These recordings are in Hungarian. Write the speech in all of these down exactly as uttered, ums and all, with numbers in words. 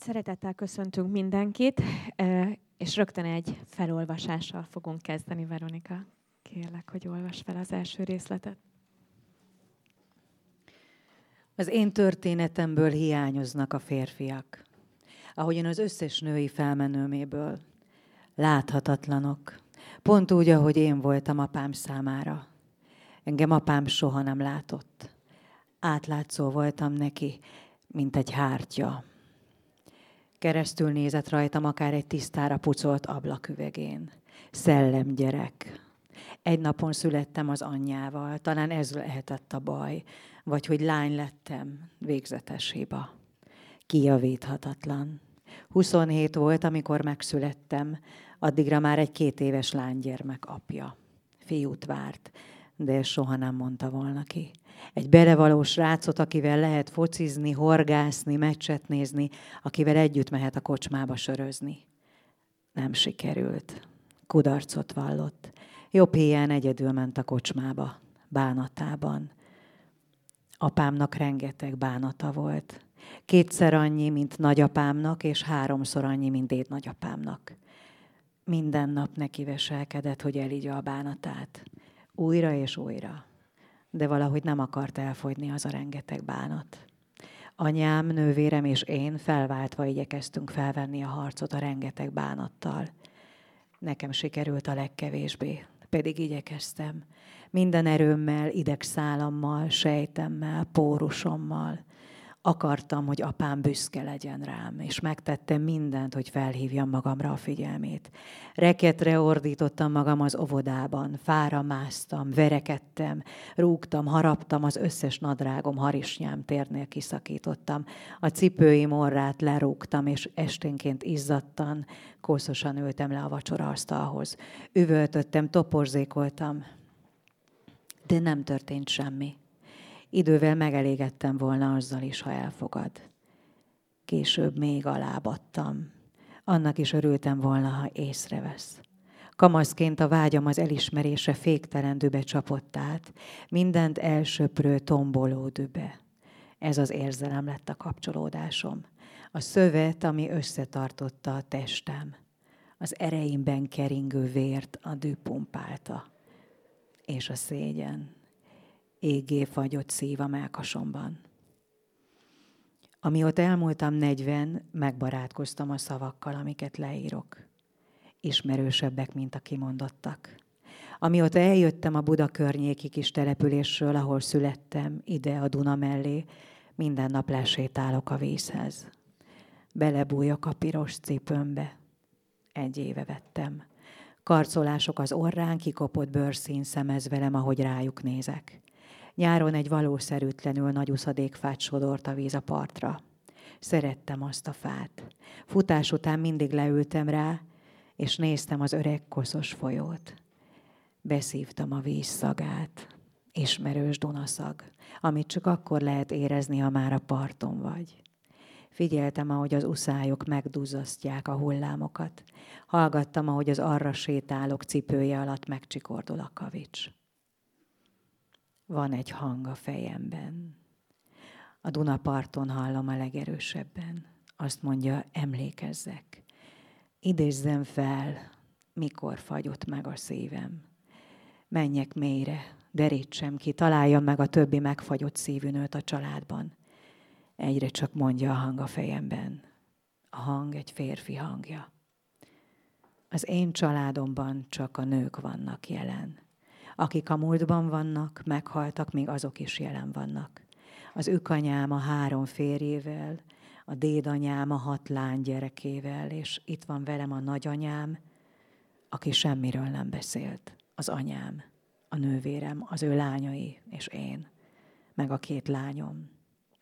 Szeretettel köszöntünk mindenkit, és rögtön egy felolvasással fogunk kezdeni. Veronika, kérlek, hogy olvasd fel az első részletet. Az én történetemből hiányoznak a férfiak, ahogyan az összes női felmenőméből. Láthatatlanok, pont úgy, ahogy én voltam apám számára. Engem apám soha nem látott. Átlátszó voltam neki, mint egy hártya. Keresztül nézett rajtam akár egy tisztára pucolt ablaküvegén. Szellemgyerek. Egy napon születtem az anyjával, talán ez lehetett a baj, vagy hogy lány lettem, végzetes hiba. Kijavíthatatlan. huszonhét volt, amikor megszülettem, addigra már egy két éves lánygyermek apja. Fiút várt, de soha nem mondta volna ki. Egy belevaló srácot, akivel lehet focizni, horgászni, meccset nézni, akivel együtt mehet a kocsmába sörözni. Nem sikerült. Kudarcot vallott. Jobb híján egyedül ment a kocsmába, bánatában. Apámnak rengeteg bánata volt. Kétszer annyi, mint nagyapámnak, és háromszor annyi, mint dédnagyapámnak. Minden nap neki veselkedett, hogy elígya a bánatát. Újra és újra. De valahogy nem akart elfogyni az a rengeteg bánat. Anyám, nővérem és én felváltva igyekeztünk felvenni a harcot a rengeteg bánattal. Nekem sikerült a legkevésbé, pedig igyekeztem. Minden erőmmel, idegszálammal, sejtemmel, pórusommal. Akartam, hogy apám büszke legyen rám, és megtettem mindent, hogy felhívjam magamra a figyelmét. Reketre ordítottam magam az óvodában, fára másztam, verekedtem, rúgtam, haraptam, az összes nadrágom, harisnyám térnél kiszakítottam. A cipőim orrát lerúgtam, és esténként izzadtan, kószosan ültem le a vacsoraasztalhoz. Üvöltöttem, toporzékoltam, de nem történt semmi. Idővel megelégettem volna azzal is, ha elfogad. Később még alábbadtam. Annak is örültem volna, ha észrevesz. Kamaszként a vágyam az elismerése féktelen dübe csapott át, mindent elsöprő, tomboló dübe. Ez az érzelem lett a kapcsolódásom. A szövet, ami összetartotta a testem. Az ereimben keringő vért a dű pumpálta. És a szégyen. Éggé fagyott szív a mellkasomban. Amióta elmúltam negyven, megbarátkoztam a szavakkal, amiket leírok. Ismerősebbek, mint a kimondottak. Amióta eljöttem a Buda környéki kis településről, ahol születtem, ide a Duna mellé, minden nap lesétálok a vízhez. Belebújok a piros cipőmbe. Egy éve vettem. Karcolások az orrán, kikopott bőrszín szemez velem, ahogy rájuk nézek. Nyáron egy valószerűtlenül nagy uszadékfát sodort a víz a partra. Szerettem azt a fát. Futás után mindig leültem rá, és néztem az öreg koszos folyót. Beszívtam a víz szagát, ismerős Dunaszag, amit csak akkor lehet érezni, ha már a parton vagy. Figyeltem, ahogy az uszályok megduzzasztják a hullámokat. Hallgattam, ahogy az arra sétálók cipője alatt megcsikordul a kavics. Van egy hang a fejemben. A Dunaparton hallom a legerősebben. Azt mondja, emlékezzek. Idézzem fel, mikor fagyott meg a szívem. Menjek mélyre, derítsem ki, találjam meg a többi megfagyott szívű nőt a családban. Egyre csak mondja a hang a fejemben. A hang egy férfi hangja. Az én családomban csak a nők vannak jelen. Akik a múltban vannak, meghaltak, még azok is jelen vannak. Az ükanyám a három férjével, a dédanyám a hat lány gyerekével, és itt van velem a nagyanyám, aki semmiről nem beszélt. Az anyám, a nővérem, az ő lányai, és én, meg a két lányom.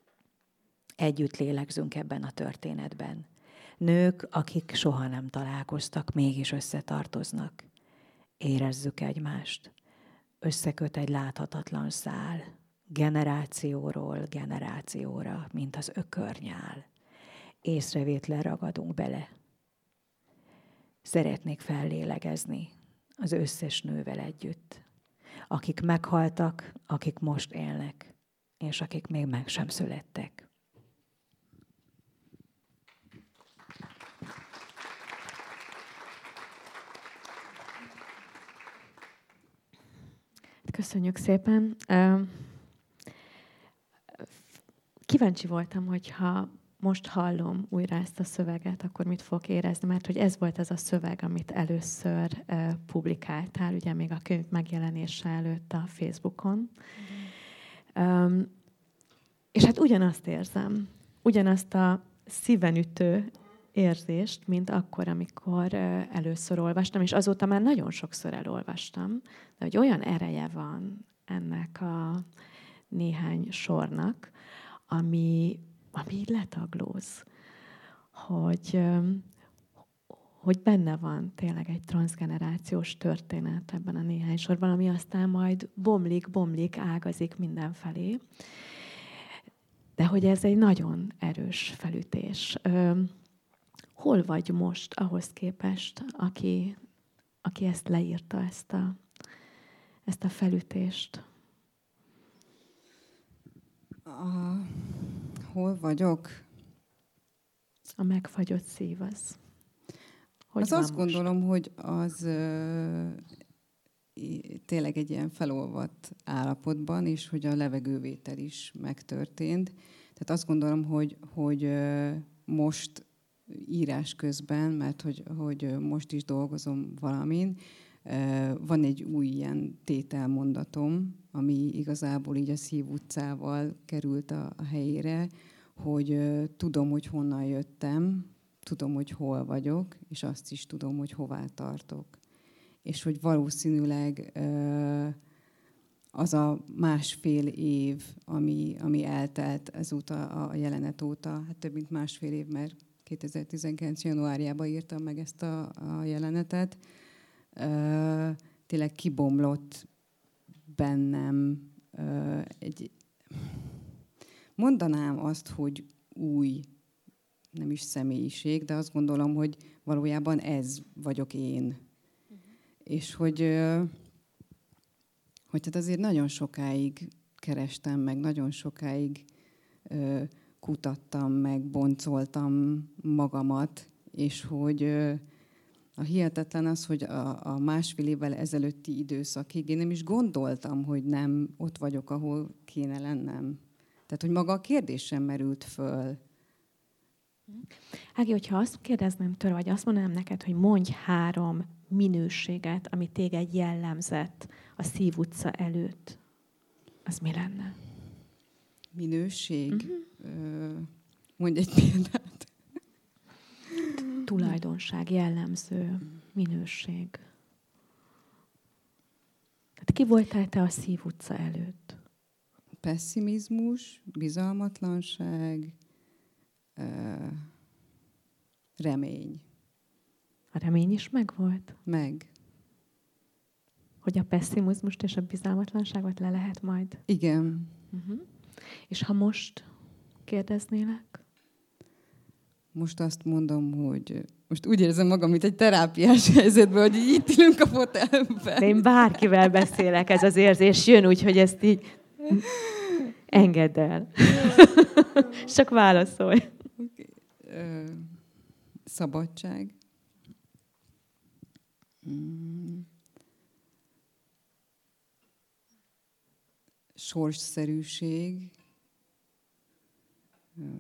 Együtt lélegzünk ebben a történetben. Nők, akik soha nem találkoztak, mégis összetartoznak. Érezzük egymást. Összeköt egy láthatatlan szál. Generációról generációra, mint az ökörnyál. Észrevétlen ragadunk bele. Szeretnék fellélegezni az összes nővel együtt. Akik meghaltak, akik most élnek, és akik még meg sem születtek. Köszönjük szépen. Kíváncsi voltam, hogyha most hallom újra ezt a szöveget, akkor mit fogok érezni, mert hogy ez volt az a szöveg, amit először publikáltál, ugye még a könyv megjelenése előtt a Facebookon. Mm. És hát ugyanazt érzem, ugyanazt a szíven ütő érzést, mint akkor, amikor először olvastam, és azóta már nagyon sokszor elolvastam, de hogy olyan ereje van ennek a néhány sornak, ami, ami így letaglóz, hogy, hogy benne van tényleg egy transzgenerációs történet ebben a néhány sorban, ami aztán majd bomlik, bomlik, ágazik mindenfelé. De hogy ez egy nagyon erős felütés. Hol vagy most ahhoz képest, aki, aki ezt leírta, ezt a, ezt a felütést? A, hol vagyok? A megfagyott szív az. Hogy az azt most? gondolom, hogy az ö, tényleg egy ilyen felolvadt állapotban, és hogy a levegővétel is megtörtént. Tehát azt gondolom, hogy, hogy ö, most írás közben, mert hogy, hogy most is dolgozom valamin, van egy új ilyen tételmondatom, ami igazából így a Szív utcával került a, a helyére, hogy tudom, hogy honnan jöttem, tudom, hogy hol vagyok, és azt is tudom, hogy hová tartok. És hogy valószínűleg az a másfél év, ami, ami eltelt ezúta a jelenet óta, hát több mint másfél év, mert kétezer-tizenkilenc januárjában írtam meg ezt a, a jelenetet. Uh, tényleg kibomlott bennem uh, egy... Mondanám azt, hogy új, nem is személyiség, de azt gondolom, hogy valójában ez vagyok én. Uh-huh. És hogy, uh, hogy hát azért nagyon sokáig kerestem meg, nagyon sokáig uh, kutattam meg, boncoltam magamat, és hogy a hihetetlen az, hogy a, a másfél évvel ezelőtti időszakig én nem is gondoltam, hogy nem ott vagyok, ahol kéne lennem. Tehát, hogy maga a kérdés sem merült föl. Ági, hogyha azt kérdezném tőle, vagy azt mondanám neked, hogy mondj három minőséget, ami téged jellemzett a Szív utca előtt, az mi lenne? Minőség? Uh-huh. Mondj egy példát. Tulajdonság, jellemző, minőség. Tehát ki voltál te a Szív utca előtt? Pessimizmus, bizalmatlanság, remény. A remény is megvolt? Meg. Hogy a pessimizmust és a bizalmatlanságot le lehet majd? Igen. Uh-huh. És ha most kérdeznélek? Most azt mondom, hogy most úgy érzem magam, mint egy terápiás helyzetben, hogy így itt ülünk a fotelben. De én bárkivel beszélek, ez az érzés jön, úgyhogy ezt így engedd el. Csak válaszolj. Okay. Uh, szabadság. Mm. Sorsszerűség. Uh.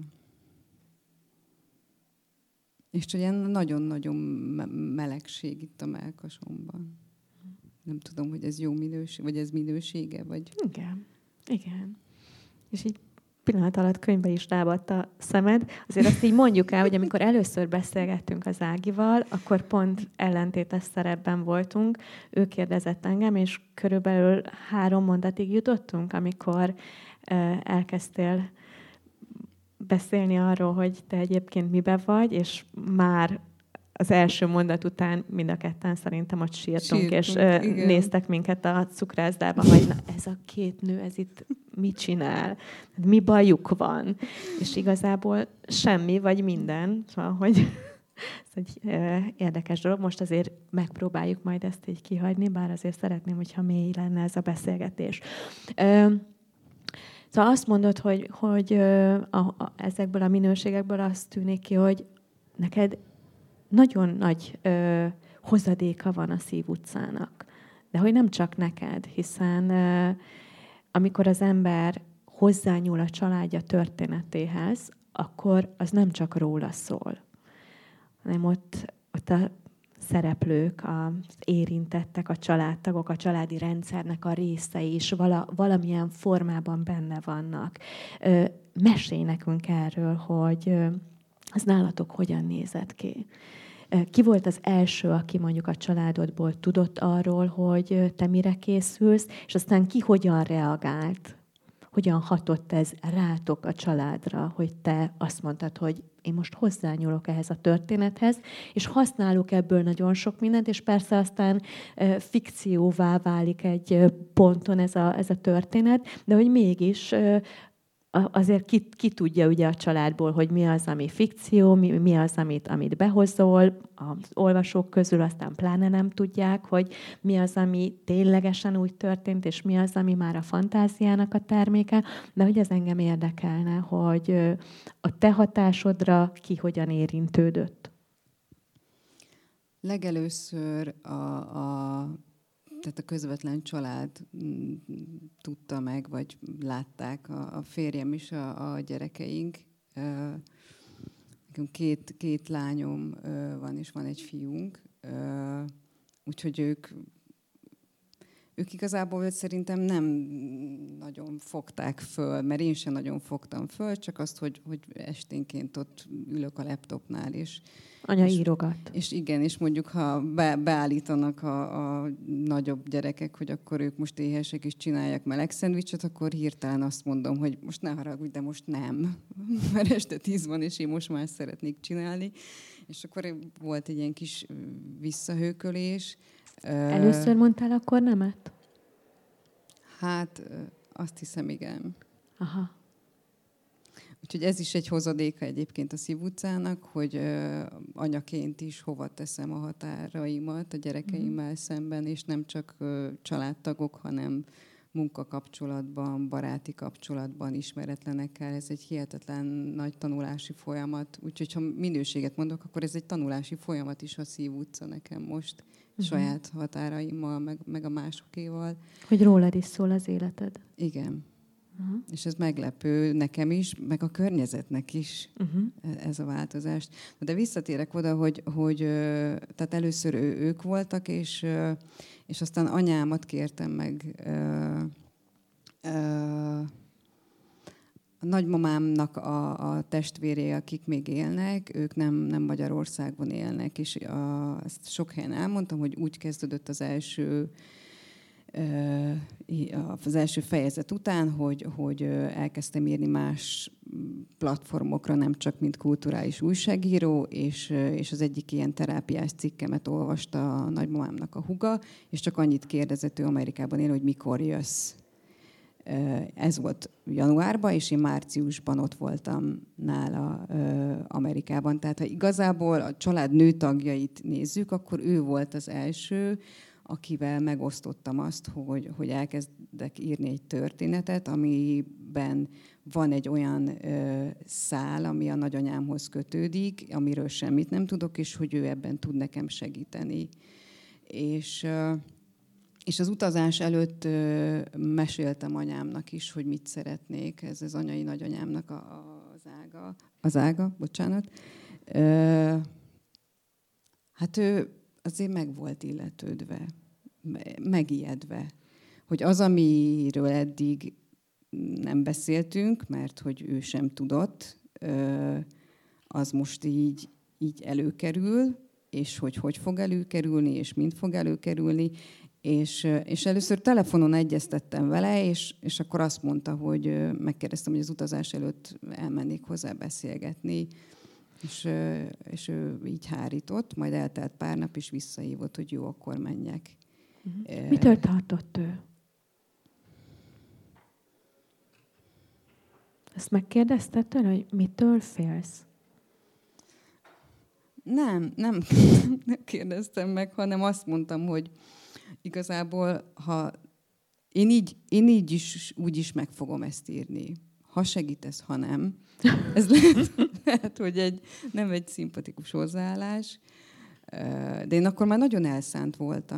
És csak ilyen nagyon-nagyon melegség itt a mellkasomban. Nem tudom, hogy ez jó minőség, vagy ez minősége, vagy... Igen, igen. És így pillanat alatt könyvbe is rábadt a szemed. Azért azt így mondjuk el, hogy amikor először beszélgettünk az Ágival, akkor pont ellentétes szerepben voltunk. Ő kérdezett engem, és körülbelül három mondatig jutottunk, amikor uh, elkezdtél beszélni arról, hogy te egyébként miben vagy, és már az első mondat után mind a ketten szerintem ott sírtunk, sírtunk és uh, néztek minket a cukrászdában, hogy na, ez a két nő, ez itt mit csinál? Mi bajuk van? És igazából semmi, vagy minden. Szóval, hogy ez egy uh, érdekes dolog. Most azért megpróbáljuk majd ezt így kihagyni, bár azért szeretném, hogyha mély lenne ez a beszélgetés. Uh, Szóval azt mondod, hogy, hogy a, a, ezekből a minőségekből azt tűnik ki, hogy neked nagyon nagy ö, hozadéka van a Szív utcának. De hogy nem csak neked, hiszen amikor az ember hozzányúl a családja történetéhez, akkor az nem csak róla szól, hanem ott, ott a szereplők, az érintettek, a családtagok, a családi rendszernek a részei is vala, valamilyen formában benne vannak. Mesélj nekünk erről, hogy az nálatok hogyan nézett ki. Ki volt az első, aki mondjuk a családodból tudott arról, hogy te mire készülsz, és aztán ki hogyan reagált? Hogyan hatott ez rátok a családra, hogy te azt mondtad, hogy én most hozzányúlok ehhez a történethez, és használok ebből nagyon sok mindent, és persze aztán e, fikcióvá válik egy ponton ez a, ez a történet, de hogy mégis e, azért ki, ki tudja ugye a családból, hogy mi az, ami fikció, mi, mi az, amit, amit behozol, az olvasók közül aztán pláne nem tudják, hogy mi az, ami ténylegesen úgy történt, és mi az, ami már a fantáziának a terméke, de hogy ez engem érdekelne, hogy a te hatásodra ki hogyan érintődött. Legelőször a, a tehát a közvetlen család tudta meg, vagy látták, a, a férjem is, a, a gyerekeink. Nekünk két, két lányom van, és van egy fiunk. Úgyhogy ők, ők igazából szerintem nem nagyon fogták föl, mert én sem nagyon fogtam föl, csak azt, hogy, hogy esténként ott ülök a laptopnál, és anya és, írogat. És igen, és mondjuk, ha be, beállítanak a, a nagyobb gyerekek, hogy akkor ők most éhesek és csinálják meleg szendvicset, akkor hirtelen azt mondom, hogy most ne haragudj, de most nem. Mert este tíz van, és én most már szeretnék csinálni. És akkor volt egy ilyen kis visszahőkölés. Először mondtál akkor nemet? Hát azt hiszem, igen. Aha. Úgyhogy ez is egy hozadéka egyébként a Szív utcának, hogy uh, anyaként is hova teszem a határaimat a gyerekeimmel mm. szemben, és nem csak uh, családtagok, hanem munkakapcsolatban, baráti kapcsolatban, ismeretlenekkel. Ez egy hihetetlen nagy tanulási folyamat. Úgyhogy ha minőséget mondok, akkor ez egy tanulási folyamat is a Szív utca nekem most, uh-huh. saját határaimmal, meg, meg a másokéval. Hogy rólad is szól az életed. Igen. Uh-huh. És ez meglepő nekem is, meg a környezetnek is uh-huh. ez a változást. De visszatérek oda, hogy, hogy tehát először ő, ők voltak, és, és aztán anyámat kértem meg. A nagymamámnak a, a testvéré, akik még élnek, ők nem, nem Magyarországon élnek, és a, ezt sok helyen elmondtam, hogy úgy kezdődött az első az első fejezet után, hogy, hogy elkezdtem írni más platformokra, nem csak mint kulturális újságíró, és, és az egyik ilyen terápiás cikkemet olvasta a nagymamámnak a húga, és csak annyit kérdezett, ő Amerikában él, hogy mikor jössz. Ez volt januárban, és én márciusban ott voltam nála Amerikában. Tehát ha igazából a család nőtagjait nézzük, akkor ő volt az első, akivel megosztottam azt, hogy, hogy elkezdek írni egy történetet, amiben van egy olyan ö, szál, ami a nagyanyámhoz kötődik, amiről semmit nem tudok, és hogy ő ebben tud nekem segíteni. És, ö, és az utazás előtt ö, meséltem anyámnak is, hogy mit szeretnék. Ez az anyai nagyanyámnak a, a, az ága. Az ága, bocsánat. Ö, hát ő azért meg volt illetődve, megijedve, hogy az, amiről eddig nem beszéltünk, mert hogy ő sem tudott, az most így, így előkerül, és hogy hogy fog előkerülni, és mind fog előkerülni, és, és először telefonon egyeztettem vele, és, és akkor azt mondta, hogy megkérdeztem, hogy az utazás előtt elmennék hozzá beszélgetni, És, és ő így hárított, majd eltelt pár nap, és visszahívott, hogy jó, akkor menjek. Uh-huh. Mitől tartott ő? Ezt megkérdezted tőle, hogy mitől félsz? Nem, nem, nem kérdeztem meg, hanem azt mondtam, hogy igazából, ha én így, én így is, úgy is meg fogom ezt írni. Ha segítesz, ha nem. Ez lehet, lehet, hogy egy, nem egy szimpatikus hozzáállás, de én akkor már nagyon elszánt voltam.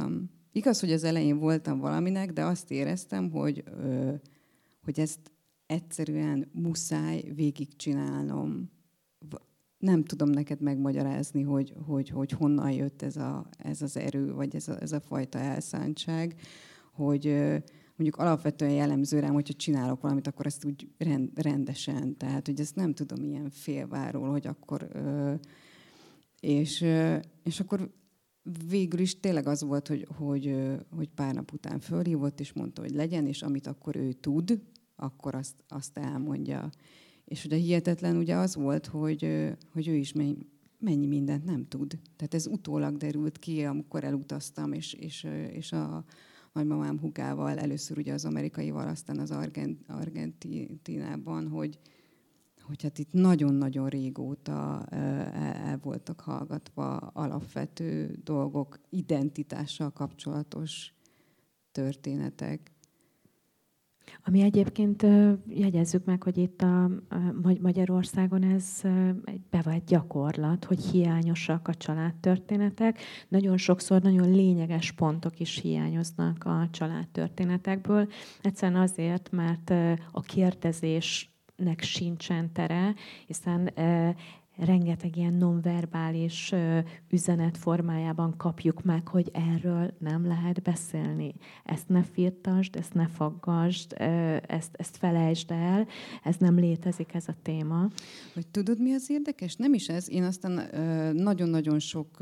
igaz, hogy az elején voltam valaminek, de azt éreztem, hogy, ö, hogy ezt egyszerűen muszáj végigcsinálnom. Nem tudom neked megmagyarázni, hogy, hogy, hogy honnan jött ez, a, ez az erő, vagy ez a, ez a fajta elszántság, hogy mondjuk alapvetően jellemző rám, hogyha csinálok valamit, akkor ezt úgy rend, rendesen. Tehát, hogy ezt nem tudom ilyen félváról, hogy akkor... És, és akkor végül is tényleg az volt, hogy, hogy, hogy pár nap után fölhívott, és mondta, hogy legyen, és amit akkor ő tud, akkor azt, azt elmondja. És ugye hihetetlen ugye az volt, hogy, hogy ő is mennyi, mennyi mindent nem tud. Tehát ez utólag derült ki, amikor elutaztam, és, és, és a nagymamám hugával, először ugye az amerikaival, aztán az Argent, Argentinában, hogy, hogy hát itt nagyon-nagyon régóta el voltak hallgatva alapvető dolgok, identitással kapcsolatos történetek. Ami egyébként jegyezzük meg, hogy itt a Magyarországon ez egy bevált gyakorlat, hogy hiányosak a családtörténetek. Nagyon sokszor nagyon lényeges pontok is hiányoznak a családtörténetekből. Egyszerűen azért, mert a kérdezésnek sincsen tere, hiszen rengeteg ilyen nonverbális üzenet formájában kapjuk meg, hogy erről nem lehet beszélni. Ezt ne firtasd, ezt ne faggasd, ezt, ezt felejtsd el, ez nem létezik, ez a téma. Hogy tudod, mi az érdekes? Nem is ez. Én aztán nagyon-nagyon sok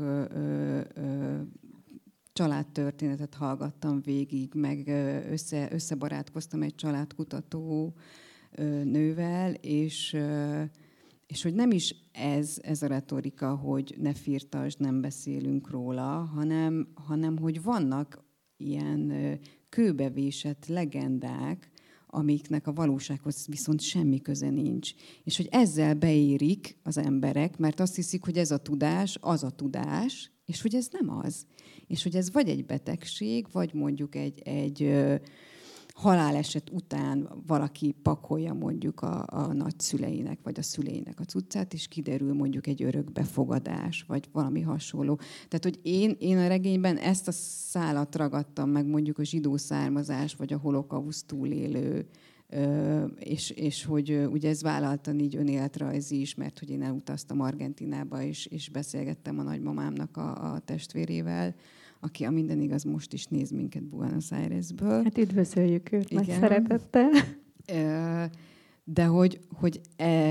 családtörténetet hallgattam végig, meg össze, összebarátkoztam egy családkutató nővel, és És hogy nem is ez, ez a retorika, hogy ne firtasd, nem beszélünk róla, hanem, hanem hogy vannak ilyen kőbevésett legendák, amiknek a valósághoz viszont semmi köze nincs. És hogy ezzel beérik az emberek, mert azt hiszik, hogy ez a tudás, az a tudás, és hogy ez nem az. És hogy ez vagy egy betegség, vagy mondjuk egy... egy haláleset után valaki pakolja mondjuk a, a nagyszüleinek, vagy a szüleinek a cuccát, és kiderül mondjuk egy örökbefogadás, vagy valami hasonló. Tehát, hogy én, én a regényben ezt a szálat ragadtam meg, mondjuk a zsidó származás, vagy a holokauszt túlélő, és, és hogy ugye ez vállaltan így önéletrajzi is, mert hogy én elutaztam Argentinába, és, és beszélgettem a nagymamámnak a, a testvérével, aki a minden igaz most is néz minket Buenos Airesből. Hát üdvözöljük őt nagy szeretettel. De hogy, hogy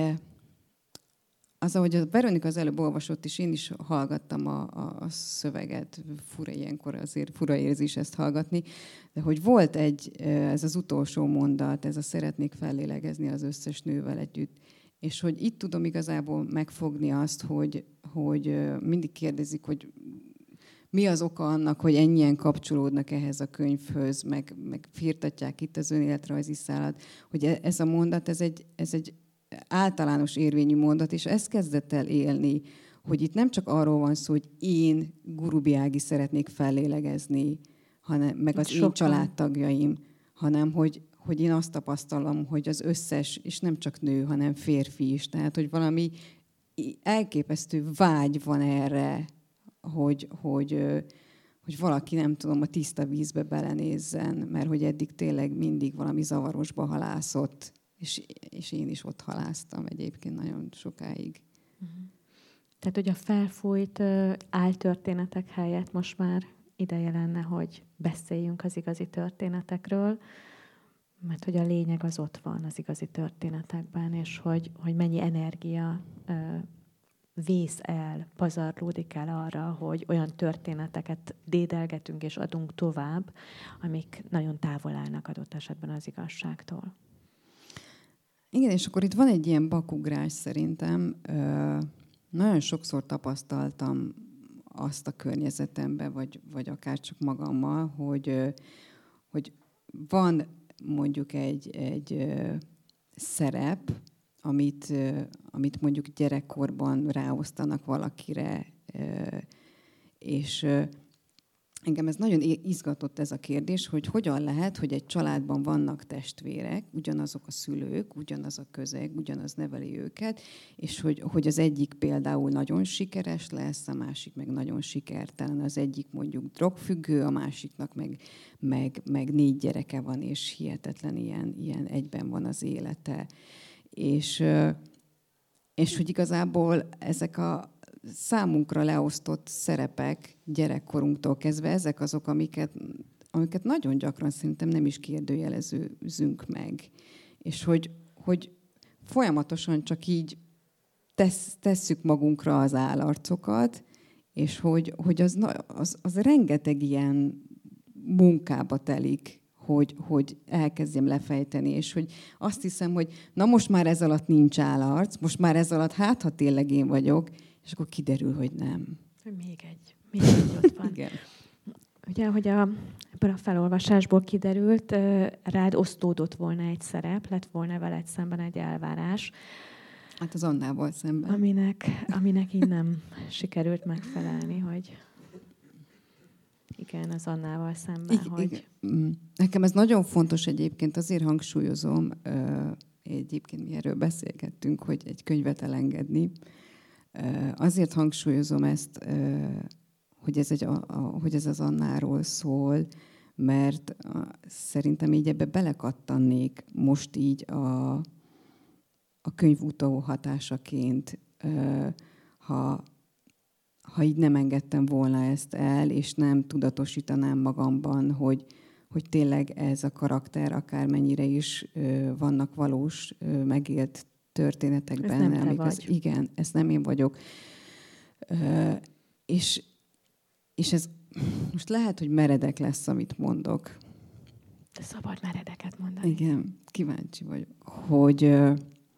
az, ahogy a Veronika az előbb olvasott, és én is hallgattam a, a, a szöveget, fura ilyenkor azért fura érzés ezt hallgatni, de hogy volt egy, ez az utolsó mondat, ez a szeretnék fellélegezni az összes nővel együtt, és hogy itt tudom igazából megfogni azt, hogy, hogy mindig kérdezik, hogy mi az oka annak, hogy ennyien kapcsolódnak ehhez a könyvhöz, meg, meg firtatják itt az önéletrajzi szálat, hogy ez a mondat, ez egy, ez egy általános érvényű mondat, és ez kezdett el élni, hogy itt nem csak arról van szó, hogy én, Gurubi Ági szeretnék fellélegezni, hanem, meg az Sokan. én családtagjaim, hanem hogy, hogy én azt tapasztalom, hogy az összes, és nem csak nő, hanem férfi is, tehát hogy valami elképesztő vágy van erre, hogy, hogy, hogy valaki, nem tudom, a tiszta vízbe belenézzen, mert hogy eddig tényleg mindig valami zavarosba halászott, és, és én is ott haláztam egyébként nagyon sokáig. Uh-huh. Tehát, hogy a felfújt áltörténetek helyett most már ideje lenne, hogy beszéljünk az igazi történetekről, mert hogy a lényeg az ott van az igazi történetekben, és hogy, hogy mennyi energia vész el, pazarlódik el arra, hogy olyan történeteket dédelgetünk és adunk tovább, amik nagyon távol állnak adott esetben az igazságtól. Igen, és akkor itt van egy ilyen bakugrás szerintem. Nagyon sokszor tapasztaltam azt a környezetemben, vagy, vagy akár csak magammal, hogy, hogy van mondjuk egy, egy szerep, amit, amit mondjuk gyerekkorban ráosztanak valakire, és, engem ez nagyon izgatott ez a kérdés, hogy hogyan lehet, hogy egy családban vannak testvérek, ugyanazok a szülők, ugyanaz a közeg, ugyanaz neveli őket, és hogy, hogy az egyik például nagyon sikeres lesz, a másik meg nagyon sikertelen, az egyik mondjuk drogfüggő, a másiknak meg, meg, meg négy gyereke van, és hihetetlen ilyen, ilyen egyben van az élete. És, és hogy igazából ezek a számunkra leosztott szerepek gyerekkorunktól kezdve, ezek azok, amiket, amiket nagyon gyakran szerintem nem is kérdőjelezünk meg. És hogy, hogy folyamatosan csak így tesz, tesszük magunkra az állarcokat, és hogy, hogy az, az, az rengeteg ilyen munkába telik, hogy, hogy elkezdjem lefejteni, és hogy azt hiszem, hogy na most már ez alatt nincs állarc, most már ez alatt hát, ha tényleg én vagyok, és akkor kiderül, hogy nem. Még egy. Még egy ott van. Igen. Ugye, hogy a, ebből a felolvasásból kiderült, rád osztódott volna egy szerep, lett volna veled szemben egy elvárás. Hát az Annával szemben. Aminek, aminek így nem sikerült megfelelni, hogy igen, az Annával szemben. I- hogy... Nekem ez nagyon fontos egyébként, azért hangsúlyozom, egyébként mi erről beszélgettünk, hogy egy könyvet elengedni. Azért hangsúlyozom ezt, hogy ez, egy, hogy ez az Annáról szól, mert szerintem így ebbe belekattannék most így a, a könyv utó hatásaként, ha, ha így nem engedtem volna ezt el, és nem tudatosítanám magamban, hogy, hogy tényleg ez a karakter akármennyire is vannak valós, megélt történetek ez benne. Nem te amik vagy. Az, igen, ez nem én vagyok. Uh, és, és ez most lehet, hogy meredek lesz, amit mondok. De szabad meredeket mondani. Igen, kíváncsi vagyok. Hogy uh,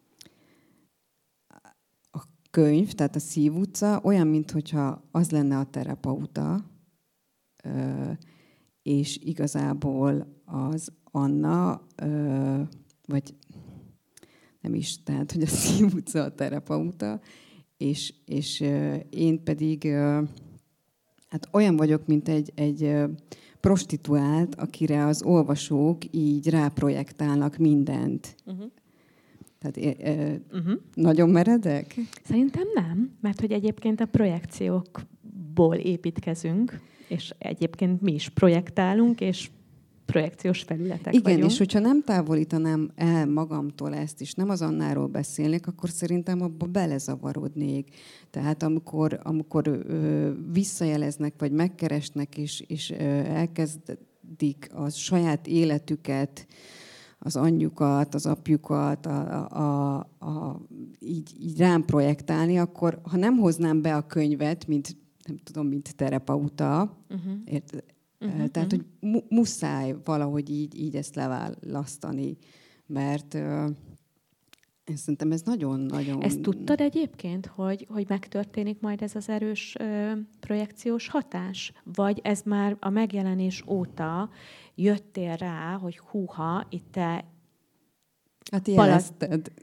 a könyv, tehát a Szív utca olyan, mintha az lenne a terapeuta, uh, és igazából az Anna, uh, vagy nem is, tehát, hogy a Szív utca a terapeuta, és, és uh, én pedig uh, hát olyan vagyok, mint egy, egy uh, prostituált, akire az olvasók így ráprojektálnak mindent. Uh-huh. Tehát uh, uh-huh. nagyon meredek? Szerintem nem, mert hogy egyébként a projekciókból építkezünk, és egyébként mi is projektálunk, és projekciós felületek Igen, vagyunk. és hogyha nem távolítanám el magamtól ezt, és nem az Annáról beszélnék, akkor szerintem abba belezavarodnék. Tehát amikor, amikor ö, visszajeleznek, vagy megkeresnek, és, és ö, elkezdik a saját életüket, az anyjukat, az apjukat a, a, a, így, így rám projektálni, akkor ha nem hoznám be a könyvet, mint nem tudom, mint terapeuta, uh-huh. ért, Uh-huh, Tehát, uh-huh. hogy mu- muszáj valahogy így, így ezt leválasztani, mert uh, én szerintem ez nagyon-nagyon... Ezt tudtad egyébként, hogy, hogy megtörténik majd ez az erős ö, projekciós hatás? Vagy ez már a megjelenés óta jöttél rá, hogy húha, itt te... Hát jelezted.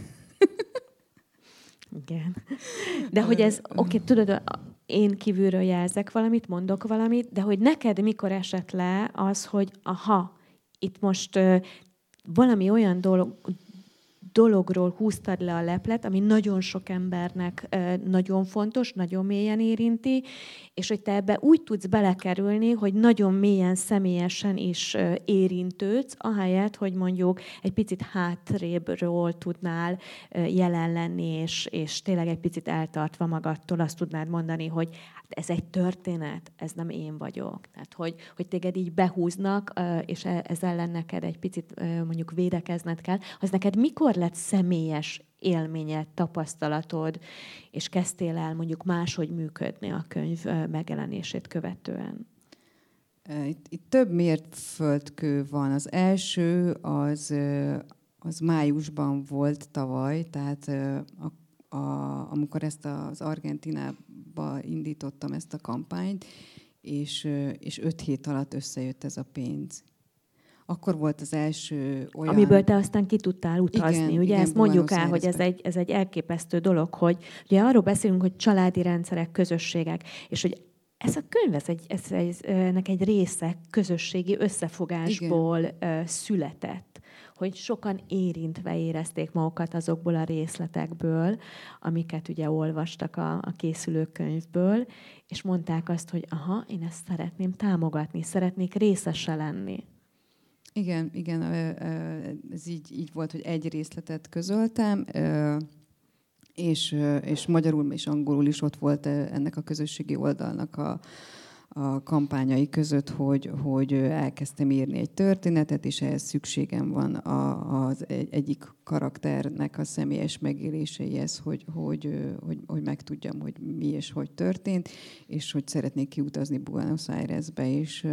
Igen. De hogy ez, oké, okay, tudod, én kívülről jelzek valamit, mondok valamit, de hogy neked mikor esett le az, hogy aha, itt most uh, valami olyan dolog, dologról húztad le a leplet, ami nagyon sok embernek uh, nagyon fontos, nagyon mélyen érinti, és hogy te ebbe úgy tudsz belekerülni, hogy nagyon mélyen, személyesen is uh, érintődsz, ahelyett, hogy mondjuk egy picit hátrébről tudnál uh, jelen lenni, és, és tényleg egy picit eltartva magadtól azt tudnád mondani, hogy hát ez egy történet, ez nem én vagyok. Tehát, hogy, hogy téged így behúznak, uh, és ez ellen neked egy picit uh, mondjuk védekezned kell, az neked mikor lett személyes élményed, tapasztalatod, és kezdtél el mondjuk máshogy működni a könyv megjelenését követően? Itt, itt több mérföldkő van. Az első az, az májusban volt tavaly, tehát a, a, amikor ezt az Argentinába indítottam ezt a kampányt, és, és öt hét alatt összejött ez a pénz. Akkor volt az első olyan... Amiből te aztán ki tudtál utazni. Igen, ugye igen, ezt mondjuk el, Buenos hogy ez egy, ez egy elképesztő dolog, hogy ugye arról beszélünk, hogy családi rendszerek, közösségek, és hogy Ez a könyv, ez egy, ez, ez, ennek egy része közösségi összefogásból Igen. született, hogy sokan érintve érezték magukat azokból a részletekből, amiket ugye olvastak a, a készülő könyvből, és mondták azt, hogy aha, én ezt szeretném támogatni, szeretnék részese lenni. Igen, igen, ez így, így volt, hogy egy részletet közöltem, és, és magyarul és angolul is ott volt ennek a közösségi oldalnak a, a kampányai között, hogy, hogy elkezdtem írni egy történetet, és ehhez szükségem van a, az egyik karakternek a személyes megéléseihez, hogy, hogy, hogy, hogy megtudjam, hogy mi és hogy történt, és hogy szeretnék kiutazni Buenos Airesbe, és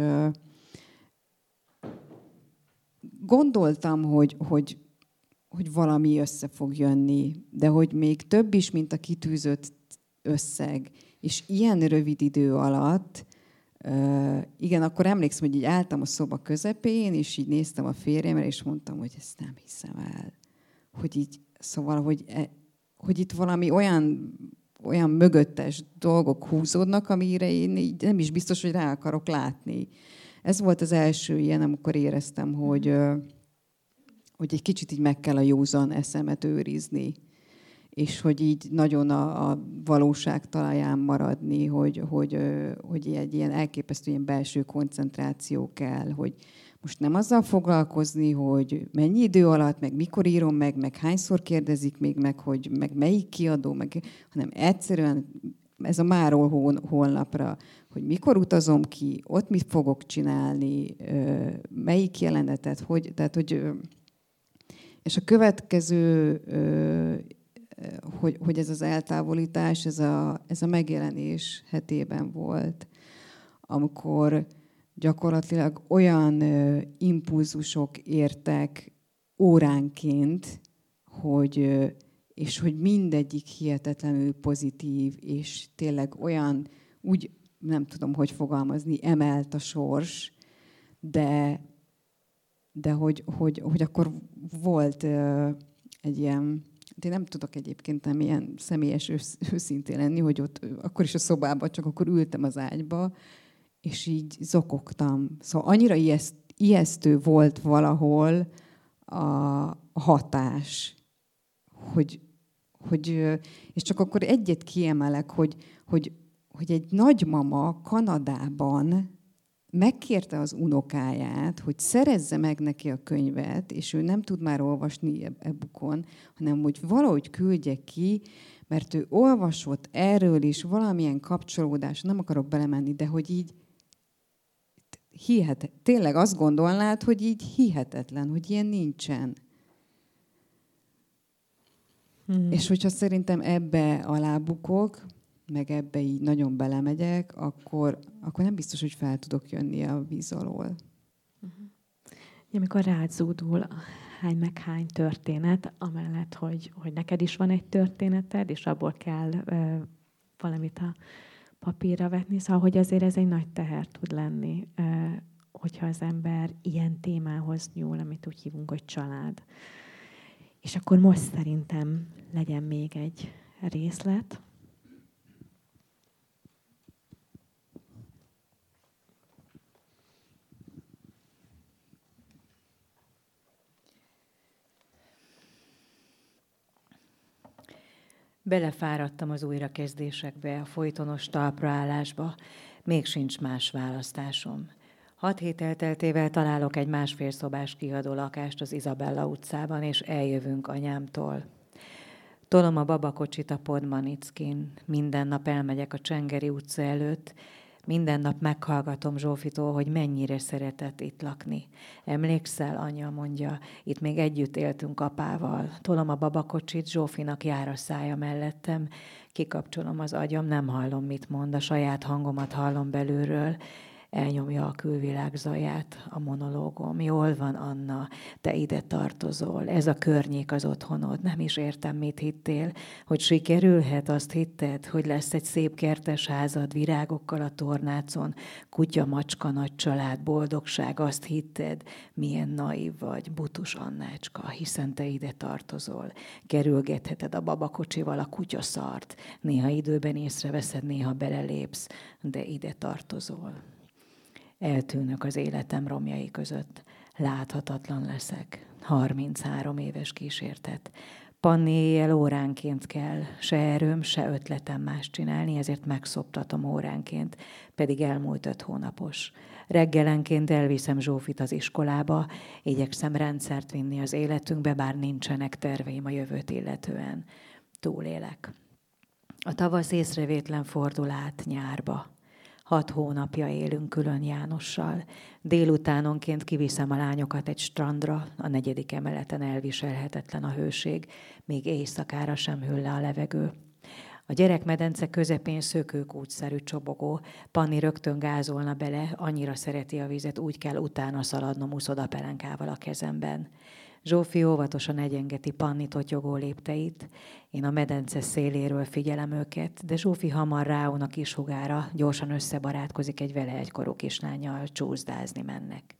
gondoltam, hogy, hogy, hogy valami össze fog jönni, de hogy még több is, mint a kitűzött összeg. És ilyen rövid idő alatt, uh, igen, akkor emlékszem, hogy így álltam a szoba közepén, és így néztem a férjemre, és mondtam, hogy ezt nem hiszem el. Hogy így, szóval, hogy, hogy itt valami olyan, olyan mögöttes dolgok húzódnak, amire én így nem is biztos, hogy rá akarok látni. Ez volt az első ilyen, amikor éreztem, hogy, hogy egy kicsit így meg kell a józan eszemet őrizni, és hogy így nagyon a, a valóság talaján maradni, hogy, hogy, hogy egy ilyen elképesztő ilyen belső koncentráció kell, hogy most nem azzal foglalkozni, hogy mennyi idő alatt, meg mikor írom meg, meg hányszor kérdezik még meg, hogy meg melyik kiadó, meg, hanem egyszerűen ez a máról holnapra, hogy mikor utazom ki, ott mit fogok csinálni, melyik jelenetet, hogy, tehát, hogy, és a következő, hogy, hogy ez az eltávolítás, ez a, ez a megjelenés hetében volt, amikor gyakorlatilag olyan impulzusok értek óránként, hogy és hogy mindegyik hihetetlenül pozitív, és tényleg olyan, úgy nem tudom, hogy fogalmazni, emelt a sors, de, de hogy, hogy, hogy akkor volt uh, egy ilyen, én nem tudok egyébként nem ilyen személyes ősz, őszintén lenni, hogy ott akkor is a szobában, csak akkor ültem az ágyba, és így zokogtam. Szóval annyira ijeszt, ijesztő volt valahol a, a hatás, hogy, hogy, és csak akkor egyet kiemelek, hogy, hogy, hogy egy nagymama Kanadában megkérte az unokáját, hogy szerezze meg neki a könyvet, és ő nem tud már olvasni e-bookon, hanem hogy valahogy küldje ki, mert ő olvasott erről is valamilyen kapcsolódás, nem akarok belemenni, de hogy így hihetetlen, tényleg azt gondolnád, hogy így hihetetlen, hogy ilyen nincsen. Hmm. És hogyha szerintem ebbe alábukok, meg ebbe így nagyon belemegyek, akkor, akkor nem biztos, hogy fel tudok jönni a víz alól. Uh-huh. Amikor rád zúdul hány meg hány történet, amellett, hogy, hogy neked is van egy történeted, és abból kell ö, valamit a papírra vetni, szóval, hogy azért ez egy nagy teher tud lenni, ö, hogyha az ember ilyen témához nyúl, amit úgy hívunk, hogy család. És akkor most szerintem legyen még egy részlet. Belefáradtam az újrakezdésekbe, a folytonos talpraállásba, még sincs más választásom. Hat hét elteltével találok egy másfélszobás kiadó lakást az Izabella utcában, és eljövünk anyámtól. Tolom a babakocsit a Podmanickin, minden nap elmegyek a Csengeri utca előtt, minden nap meghallgatom Zsófitól, hogy mennyire szeretett itt lakni. Emlékszel, anya, mondja, itt még együtt éltünk apával. Tolom a babakocsit, Zsófinak jár a szája mellettem, kikapcsolom az agyam, nem hallom, mit mond, a saját hangomat hallom belülről. elnyomja a külvilág zaját a monológom. Jól van, Anna, te ide tartozol. Ez a környék az otthonod. Nem is értem, mit hittél. Hogy sikerülhet, azt hitted, hogy lesz egy szép kertes házad virágokkal a tornácon, kutya, macska, nagy család, boldogság, azt hitted, milyen naív vagy, butus Annácska, hiszen te ide tartozol. Kerülgetheted a babakocsival a kutyaszart. Néha időben észreveszed, néha belelépsz, de ide tartozol. Eltűnök az életem romjai között. Láthatatlan leszek. harminchárom éves kísértet. Panni éjjel óránként kell. Se erőm, se ötletem más csinálni, ezért megszoptatom óránként, pedig elmúlt öt hónapos. Reggelenként elviszem Zsófit az iskolába, igyekszem rendszert vinni az életünkbe, bár nincsenek terveim a jövőt illetően. Túlélek. A tavasz észrevétlen fordul át nyárba. Hat hónapja élünk külön Jánossal. Délutánonként kiviszem a lányokat egy strandra, a negyedik emeleten elviselhetetlen a hőség, még éjszakára sem hűl le a levegő. A gyerekmedence közepén szökőkútszerű csobogó, Panni rögtön gázolna bele, annyira szereti a vizet, úgy kell utána szaladnom uszodapelenkával a kezemben. Zsófi óvatosan egyengeti Panni totyogó lépteit. Én a medence széléről figyelem őket, de Zsófi hamar ráun a kis hugára, gyorsan összebarátkozik egy vele egykorú kislánnyal, csúszdázni mennek.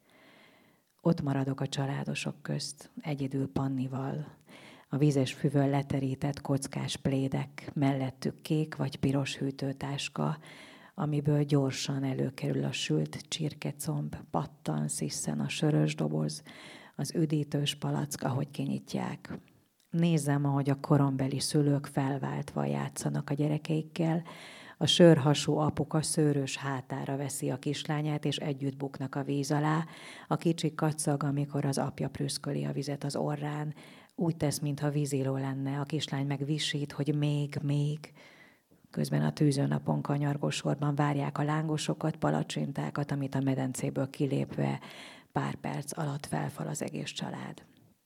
Ott maradok a családosok közt, egyedül Pannival. A vízes füvön leterített kockás plédek, mellettük kék vagy piros hűtőtáska, amiből gyorsan előkerül a sült csirkecomb, pattan, sziszen a sörös doboz, az üdítős palack, ahogy kinyitják. Nézem, ahogy a korombeli szülők felváltva játszanak a gyerekeikkel, a sörhasú apuka szőrös hátára veszi a kislányát, és együtt buknak a víz alá. A kicsi kacag, amikor az apja prüszköli a vizet az orrán, úgy tesz, mintha víziló lenne, a kislány meg visít, hogy még, még. Közben a tűzőnapon kanyargó sorban várják a lángosokat, palacsintákat, amit a medencéből kilépve pár perc alatt felfal az egész család.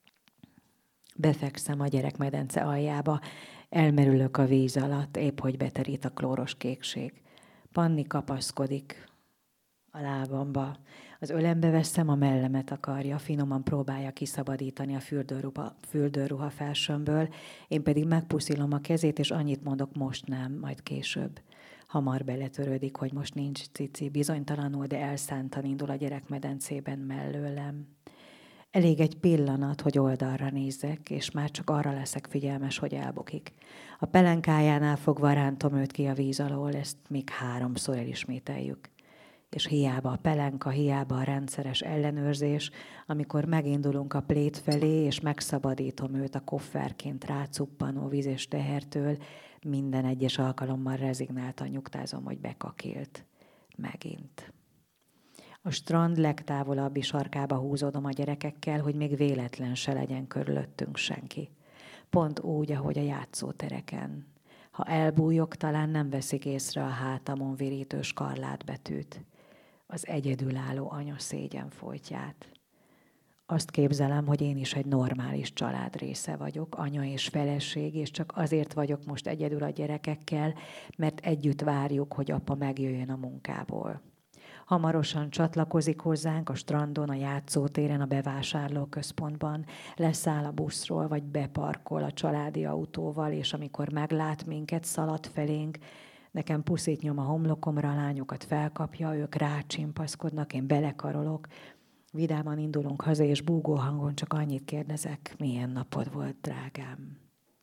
Befekszem a gyerekmedence aljába, elmerülök a víz alatt, épp hogy beterít a klóros kékség. Panni kapaszkodik a lábamba. Az ölembe veszem, a mellemet akarja, finoman próbálja kiszabadítani a fürdőruha, fürdőruha felsőmből, én pedig megpuszilom a kezét, és annyit mondok, most nem, majd később. Hamar beletörődik, hogy most nincs cici, bizonytalanul, de elszántan indul a gyerekmedencében mellőlem. Elég egy pillanat, hogy oldalra nézzek, és már csak arra leszek figyelmes, hogy elbukik. A pelenkájánál fogva rántom őt ki a víz alól, ezt még háromszor elismételjük. És hiába a pelenka, hiába a rendszeres ellenőrzés, amikor megindulunk a plét felé, és megszabadítom őt a kofferként rácuppanó vízes tehertől, minden egyes alkalommal rezignáltan nyugtázom, hogy bekakélt. Megint. A strand legtávolabbi sarkába húzódom a gyerekekkel, hogy még véletlen se legyen körülöttünk senki. Pont úgy, ahogy a játszótereken. Ha elbújok, talán nem veszik észre a hátamon virítő skarlátbetűt. Az egyedülálló anya szégyenfoltját. Azt képzelem, hogy én is egy normális család része vagyok, anya és feleség, és csak azért vagyok most egyedül a gyerekekkel, mert együtt várjuk, hogy apa megjöjjön a munkából. Hamarosan csatlakozik hozzánk a strandon, a játszótéren, a bevásárlóközpontban, leszáll a buszról, vagy beparkol a családi autóval, és amikor meglát minket, szalad felénk, nekem puszit nyom a homlokomra, a lányokat felkapja, ők rácsimpaszkodnak, én belekarolok. Vidáman indulunk haza, és búgó hangon csak annyit kérdezek, milyen napod volt, drágám.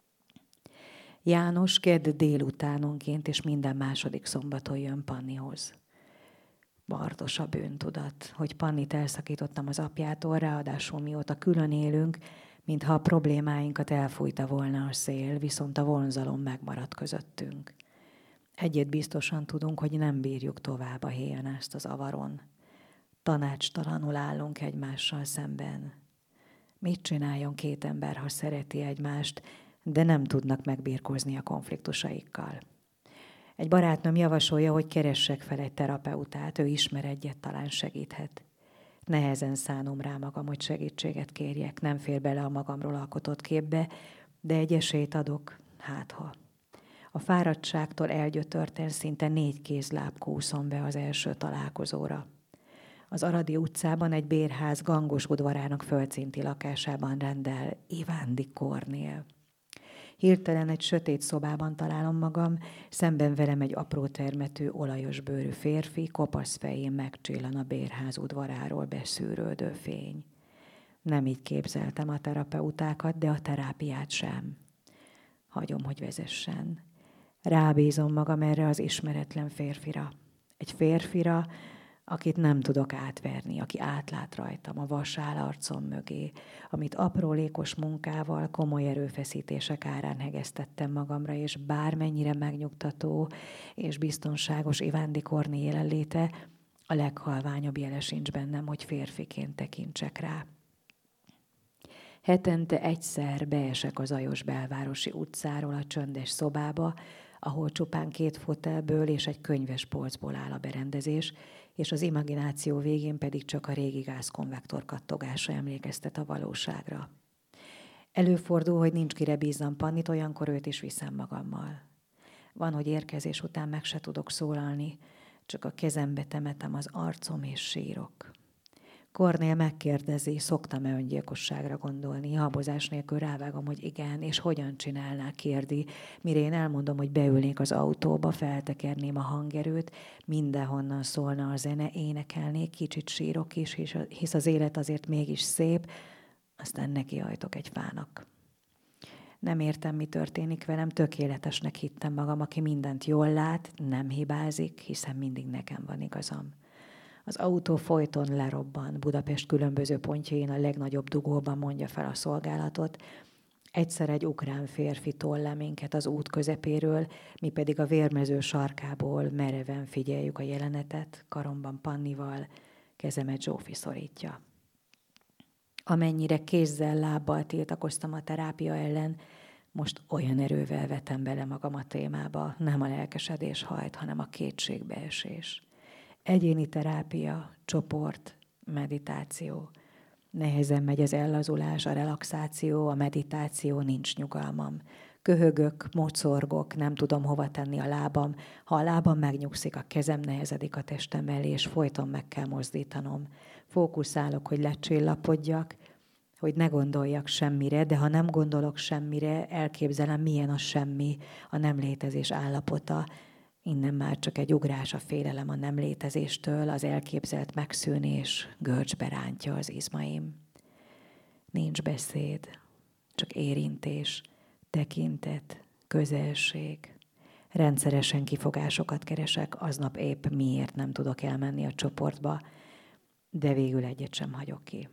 János kedd délutánonként, és minden második szombaton jön Pannihoz. Bardos a bűntudat, hogy Pannit elszakítottam az apjától, ráadásul mióta külön élünk, mintha a problémáinkat elfújta volna a szél, viszont a vonzalom megmaradt közöttünk. Egyet biztosan tudunk, hogy nem bírjuk tovább a héjanást az avaron. Tanácstalanul állunk egymással szemben. Mit csináljon két ember, ha szereti egymást, de nem tudnak megbirkózni a konfliktusaikkal? Egy barátnőm javasolja, hogy keressek fel egy terapeutát, ő ismer egyet, talán segíthet. Nehezen szánom rá magam, hogy segítséget kérjek, nem fér bele a magamról alkotott képbe, de egy esélyt adok, hát ha. A fáradtságtól elgyötörten szinte négy kézláb kúszom be az első találkozóra. Az Aradi utcában egy bérház gangos udvarának földszinti lakásában rendel Ivándi Kornél. Hirtelen egy sötét szobában találom magam, szemben velem egy apró termetű, olajos bőrű férfi, kopasz fején megcsillan a bérház udvaráról beszűrődő fény. Nem így képzeltem a terapeutákat, de a terápiát sem. Hagyom, hogy vezessen. Rábízom magam erre az ismeretlen férfira. Egy férfira, akit nem tudok átverni, aki átlát rajtam a vasál arcom mögé, amit aprólékos munkával, komoly erőfeszítések árán hegesztettem magamra, és bármennyire megnyugtató és biztonságos Ivándi Korné jelenléte, a leghalványabb jele sincs bennem, hogy férfiként tekintsek rá. Hetente egyszer beesek az zajos belvárosi utcáról a csöndes szobába, ahol csupán két fotelből és egy könyves polcból áll a berendezés, és az imagináció végén pedig csak a régi gázkonvektor kattogása emlékeztet a valóságra. Előfordul, hogy nincs kire bízzam Pannit, olyankor őt is viszem magammal. Van, hogy érkezés után meg se tudok szólalni, csak a kezembe temetem az arcom és sírok. Kornél megkérdezi, szoktam-e öngyilkosságra gondolni, habozás nélkül rávágom, hogy igen, és hogyan csinálná, kérdi, mire én elmondom, hogy beülnék az autóba, feltekerném a hangerőt, mindenhonnan szólna a zene, énekelnék, kicsit sírok is, hisz az élet azért mégis szép, aztán nekihajtok egy fának. Nem értem, mi történik velem, tökéletesnek hittem magam, aki mindent jól lát, nem hibázik, hiszen mindig nekem van igazam. Az autó folyton lerobban, Budapest különböző pontjain a legnagyobb dugóban mondja fel a szolgálatot. Egyszer egy ukrán férfi tol le minket az út közepéről, mi pedig a vérmező sarkából mereven figyeljük a jelenetet, karomban Pannival, kezemet Zsófi szorítja. Amennyire kézzel, lábbal tiltakoztam a terápia ellen, most olyan erővel vetem bele magam a témába, nem a lelkesedés hajt, hanem a kétségbeesés. Egyéni terápia, csoport, meditáció. Nehezen megy az ellazulás, a relaxáció, a meditáció, nincs nyugalmam. Köhögök, mocorgok, nem tudom hova tenni a lábam. Ha a lábam megnyugszik, a kezem nehezedik a testem elé, és folyton meg kell mozdítanom. Fókuszálok, hogy lecsillapodjak, hogy ne gondoljak semmire, de ha nem gondolok semmire, elképzelem, milyen a semmi, a nem létezés állapota. Innen már csak egy ugrás a félelem a nem létezéstől, az elképzelt megszűnés görcsbe rántja az izmaim. Nincs beszéd, csak érintés, tekintet, közelség. Rendszeresen kifogásokat keresek, aznap épp miért nem tudok elmenni a csoportba, de végül egyet sem hagyok ki.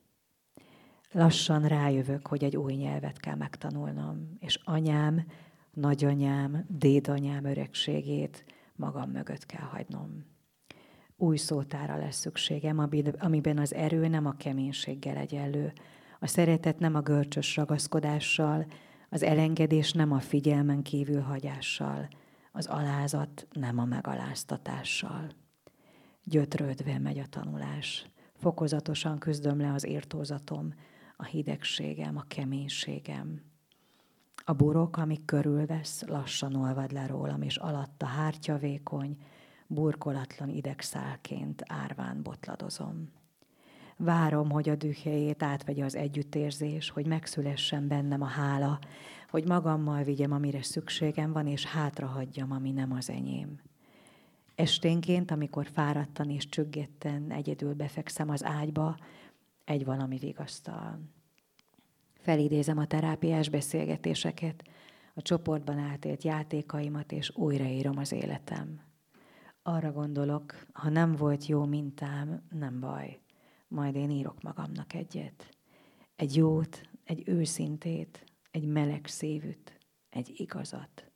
Lassan rájövök, hogy egy új nyelvet kell megtanulnom, és anyám, nagyanyám, dédanyám öregségét magam mögött kell hagynom. Új szótára lesz szükségem, amiben az erő nem a keménységgel egyenlő, a szeretet nem a görcsös ragaszkodással, az elengedés nem a figyelmen kívül hagyással, az alázat nem a megaláztatással. Gyötrődve megy a tanulás. Fokozatosan küzdöm le az irtózatom, a hidegségem, a keménységem. A burok, amik körülvesz, lassan olvad le rólam, és alatta hártyavékony, burkolatlan idegszálként árván botladozom. Várom, hogy a dühjejét átvegye az együttérzés, hogy megszülessen bennem a hála, hogy magammal vigyem, amire szükségem van, és hátrahagyjam, ami nem az enyém. Esténként, amikor fáradtan és csüggetten egyedül befekszem az ágyba, egy valami vigasztal. Felidézem a terápiás beszélgetéseket, a csoportban átélt játékaimat, és újraírom az életem. Arra gondolok, ha nem volt jó mintám, nem baj. Majd én írok magamnak egyet. Egy jót, egy őszintét, egy meleg szívűt, egy igazat.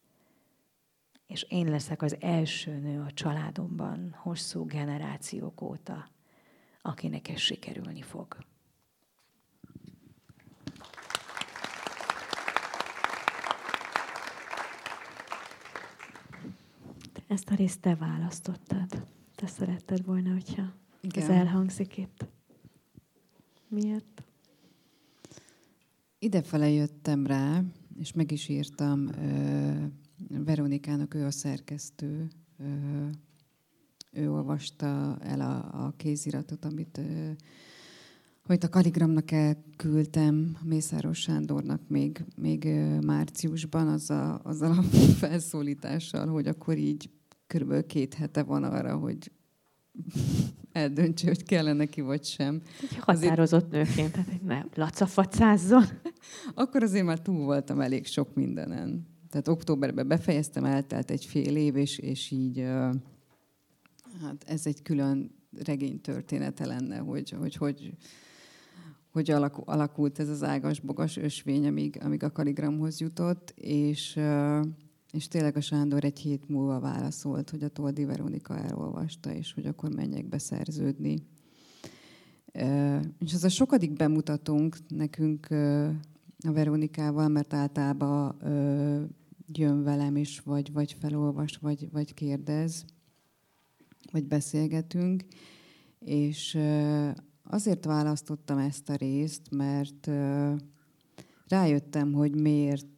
És én leszek az első nő a családomban, hosszú generációk óta, akinek ez sikerülni fog. Ezt a részt te választottad. Te szeretted volna, hogyha Igen. ez elhangzik itt. Miért? Idefele jöttem rá, és meg is írtam uh, Veronikának, ő a szerkesztő, uh, ő olvasta el a, a kéziratot, amit, amit a Kaligramnak elküldtem Mészáros Sándornak még, még márciusban, azzal, azzal a felszólítással, hogy akkor így körülbelül két hete van arra, hogy eldöntse, hogy kellene neki vagy sem. Egy határozott nőként, tehát ne lacafacázzon. Akkor azért már túl voltam elég sok mindenen. Tehát októberben befejeztem, eltelt egy fél év, és, és így hát ez egy külön regény története lenne, hogy hogy, hogy, hogy alakult ez az ágas-bogas ösvény, amíg, amíg a Kaligramhoz jutott, és, és tényleg a Sándor egy hét múlva válaszolt, hogy a Toldi Veronika elolvasta, és hogy akkor menjek beszerződni. És ez a sokadik bemutatunk nekünk a Veronikával, mert általában jön velem is, vagy, vagy felolvas, vagy, vagy kérdez, vagy beszélgetünk. És azért választottam ezt a részt, mert rájöttem, hogy miért,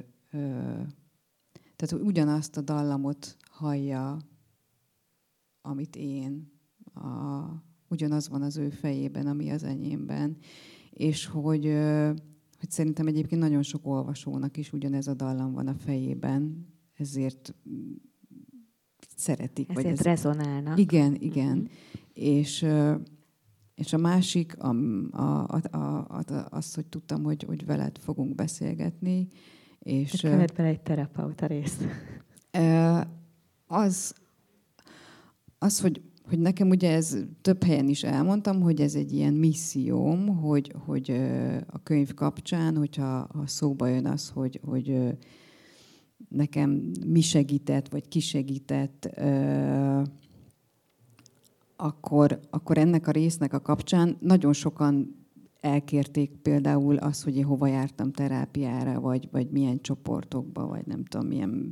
tehát ugyanazt a dallamot hallja, amit én. A, ugyanaz van az ő fejében, ami az enyémben. És hogy, hogy szerintem egyébként nagyon sok olvasónak is ugyanez a dallam van a fejében, ezért szeretik. Ezért vagy ez... rezonálnak. Igen, igen. Mm-hmm. És, és a másik, a, a, a, a, az, hogy tudtam, hogy, hogy veled fogunk beszélgetni. És kellett bele egy terapeuta részt. Az, az hogy, hogy nekem ugye ez több helyen is elmondtam, hogy ez egy ilyen misszióm, hogy, hogy a könyv kapcsán, hogyha ha szóba jön az, hogy, hogy nekem mi segített, vagy ki segített, akkor, akkor ennek a résznek a kapcsán nagyon sokan elkérték például azt, hogy én hova jártam terápiára, vagy, vagy milyen csoportokba, vagy nem tudom, milyen,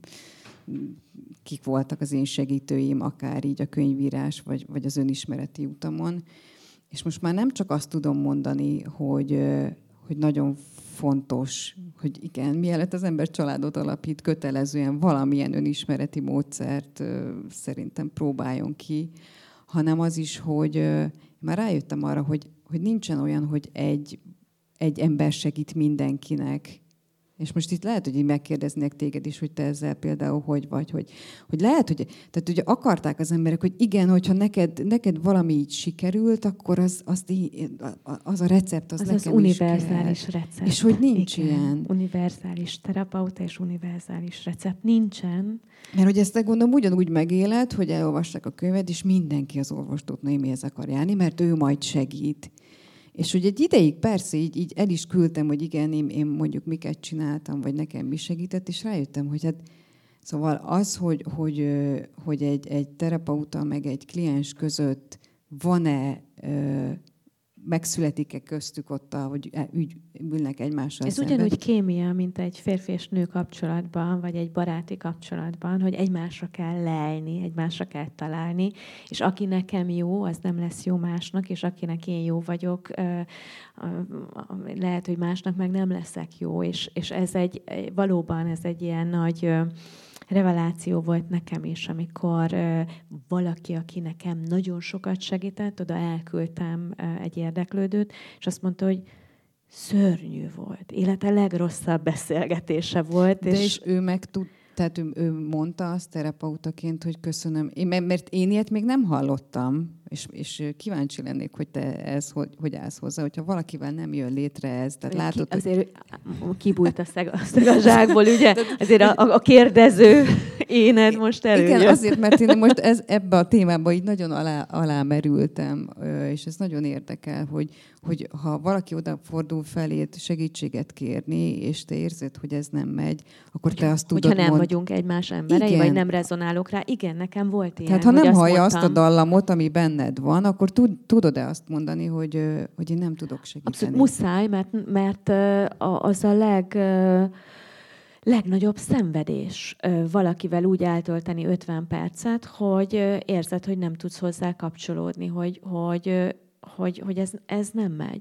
kik voltak az én segítőim, akár így a könyvírás, vagy, vagy az önismereti utamon. És most már nem csak azt tudom mondani, hogy, hogy nagyon fontos, hogy igen, mielőtt az ember családot alapít, kötelezően valamilyen önismereti módszert szerintem próbáljon ki, hanem az is, hogy már rájöttem arra, hogy, hogy nincsen olyan, hogy egy, egy ember segít mindenkinek. És most itt lehet, hogy így megkérdeznék téged is, hogy te ezzel például hogy vagy, hogy, hogy lehet, hogy tehát ugye akarták az emberek, hogy igen, hogyha neked, neked valami így sikerült, akkor az, az, az a recept, az, az nekem az is univerzális kell. recept. És hogy nincs igen. ilyen. Univerzális terapeuta és univerzális recept nincsen. Mert hogy ezt gondolom ugyanúgy megéled, hogy elolvassák a könyved, és mindenki az orvostót Noémihez akar járni, mert ő majd segít. És hogy egy ideig persze így, így el is küldtem, hogy igen, én, én mondjuk miket csináltam, vagy nekem mi segített, és rájöttem, hogy hát szóval az, hogy, hogy, hogy egy, egy terapeuta meg egy kliens között van-e, megszületik-e köztük ott, hogy ügy, ülnek egymással Ez szemben. ugyanúgy kémia, mint egy férfi és nő kapcsolatban, vagy egy baráti kapcsolatban, hogy egymásra kell lejni, egymásra kell találni, és aki nekem jó, az nem lesz jó másnak, és akinek én jó vagyok, lehet, hogy másnak meg nem leszek jó, és, és ez egy, valóban ez egy ilyen nagy reveláció volt nekem is, amikor uh, valaki, aki nekem nagyon sokat segített, oda elküldtem uh, egy érdeklődőt, és azt mondta, hogy szörnyű volt. Élete legrosszabb beszélgetése volt. De és, és ő meg tud, tehát ő, ő mondta azt terapeutaként, hogy köszönöm. Én, mert én ilyet még nem hallottam, és, és kíváncsi lennék, hogy te ez, hogy, hogy állsz hozzá, hogyha valakivel nem jön létre ez. Tehát látod, Ki, azért hogy... kibújt a szeg, a szeg a zsákból, ugye? Azért a, a kérdező éned most előjött. Igen, azért, mert én most ez, ebbe a témába így nagyon alá, alá merültem, és ez nagyon érdekel, hogy, hogy ha valaki odafordul feléd segítséget kérni, és te érzed, hogy ez nem megy, akkor te azt tudod Hogyha nem mond... vagyunk egymás emberei, igen. Vagy nem rezonálok rá, igen, nekem volt ilyen. Tehát ha nem azt hallja mondtam, azt a dallamot, ami benned van, akkor tud, tudod-e azt mondani, hogy, hogy én nem tudok segíteni? Abszolút muszáj, mert, mert az a leg... legnagyobb szenvedés valakivel úgy eltölteni ötven percet, hogy érzed, hogy nem tudsz hozzá kapcsolódni, hogy, hogy, hogy, hogy ez, ez nem megy.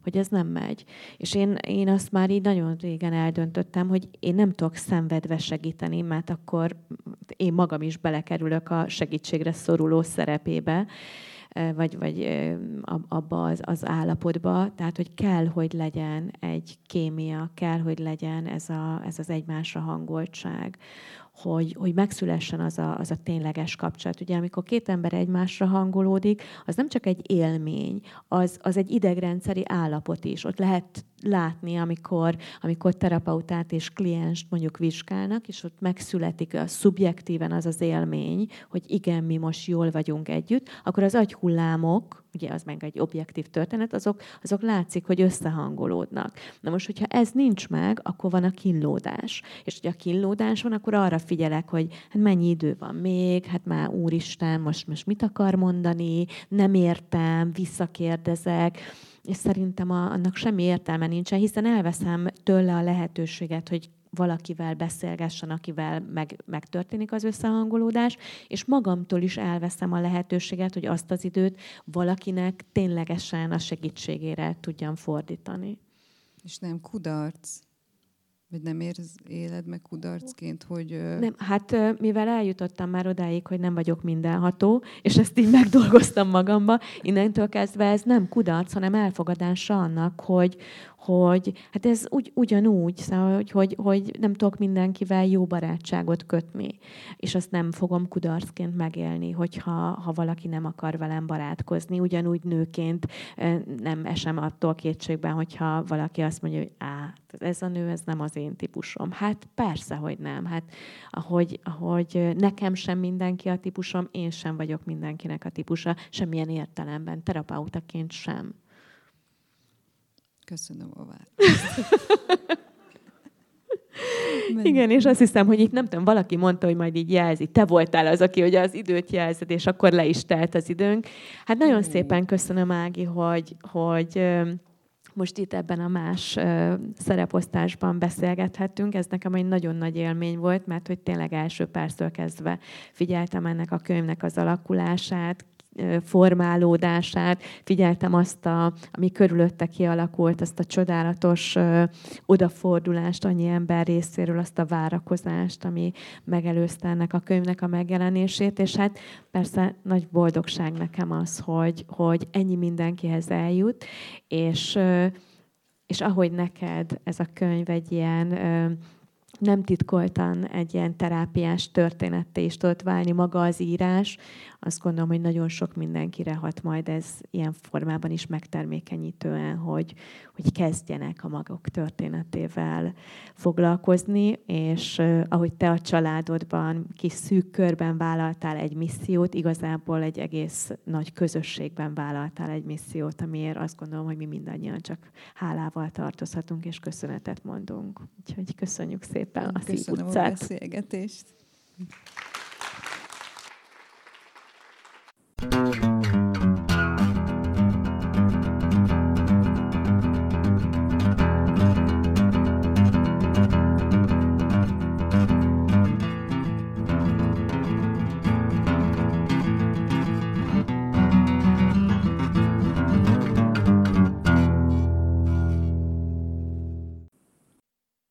hogy ez nem megy. És én, én azt már így nagyon régen eldöntöttem, hogy én nem tudok szenvedve segíteni, mert akkor én magam is belekerülök a segítségre szoruló szerepébe, vagy, vagy abba az, az állapotba. Tehát, hogy kell, hogy legyen egy kémia, kell, hogy legyen ez, a, ez az egymásra hangoltság, hogy, hogy megszülessen az a, az a tényleges kapcsolat. Ugye, amikor két ember egymásra hangolódik, az nem csak egy élmény, az, az egy idegrendszeri állapot is. Ott lehet látni, amikor, amikor terapeutát és klienst mondjuk vizsgálnak, és ott megszületik a szubjektíven az az élmény, hogy igen, mi most jól vagyunk együtt, akkor az agyhullámok, ugye az meg egy objektív történet, azok, azok látszik, hogy összehangolódnak. Na most, hogyha ez nincs meg, akkor van a kínlódás. És hogyha a kínlódás van, akkor arra figyelek, hogy hát mennyi idő van még, hát már úristen, most, most mit akar mondani, nem értem, visszakérdezek, és szerintem a, annak semmi értelme nincsen, hiszen elveszem tőle a lehetőséget, hogy valakivel beszélgessen, akivel meg, megtörténik az összehangolódás, és magamtól is elveszem a lehetőséget, hogy azt az időt valakinek ténylegesen a segítségére tudjam fordítani. És nem kudarc? Vagy nem érz, éled meg kudarcként, hogy... Nem, hát mivel eljutottam már odáig, hogy nem vagyok mindenható, és ezt így megdolgoztam magamba, innentől kezdve ez nem kudarc, hanem elfogadása annak, hogy, hogy hát ez ugy, ugyanúgy, szóval, hogy, hogy, hogy nem tudok mindenkivel jó barátságot kötni. És azt nem fogom kudarcként megélni, hogyha ha valaki nem akar velem barátkozni. Ugyanúgy nőként nem esem attól kétségben, hogyha valaki azt mondja, hogy á, ez a nő, ez nem az én típusom. Hát persze, hogy nem. Hát ahogy, ahogy nekem sem mindenki a típusom, én sem vagyok mindenkinek a típusa, semmilyen értelemben, terapeutaként sem. Köszönöm a választ. Igen, és azt hiszem, hogy itt nem tudom, valaki mondta, hogy majd így jelzi. Te voltál az, aki ugye az időt jelzed, és akkor le is telt az időnk. Hát nagyon mm. szépen köszönöm, Ági, hogy, hogy most itt ebben a más szereposztásban beszélgethettünk. Ez nekem egy nagyon nagy élmény volt, mert hogy tényleg első perctől kezdve figyeltem ennek a könyvnek az alakulását, formálódását, figyeltem azt, a, ami körülötte kialakult, azt a csodálatos ö, odafordulást annyi ember részéről, azt a várakozást, ami megelőzte ennek a könyvnek a megjelenését, és hát persze nagy boldogság nekem az, hogy, hogy ennyi mindenkihez eljut, és, ö, és ahogy neked ez a könyv egy ilyen ö, nem titkoltan egy ilyen terápiás történetté is tudott válni maga az írás. Azt gondolom, hogy nagyon sok mindenkire hat majd ez ilyen formában is megtermékenyítően, hogy, hogy kezdjenek a maguk történetével foglalkozni, és uh, ahogy te a családodban kis szűk körben vállaltál egy missziót, igazából egy egész nagy közösségben vállaltál egy missziót, amiért azt gondolom, hogy mi mindannyian csak hálával tartozhatunk, és köszönetet mondunk. Úgyhogy köszönjük szépen a Szív utcát. Köszönöm a beszélgetést. Thank you.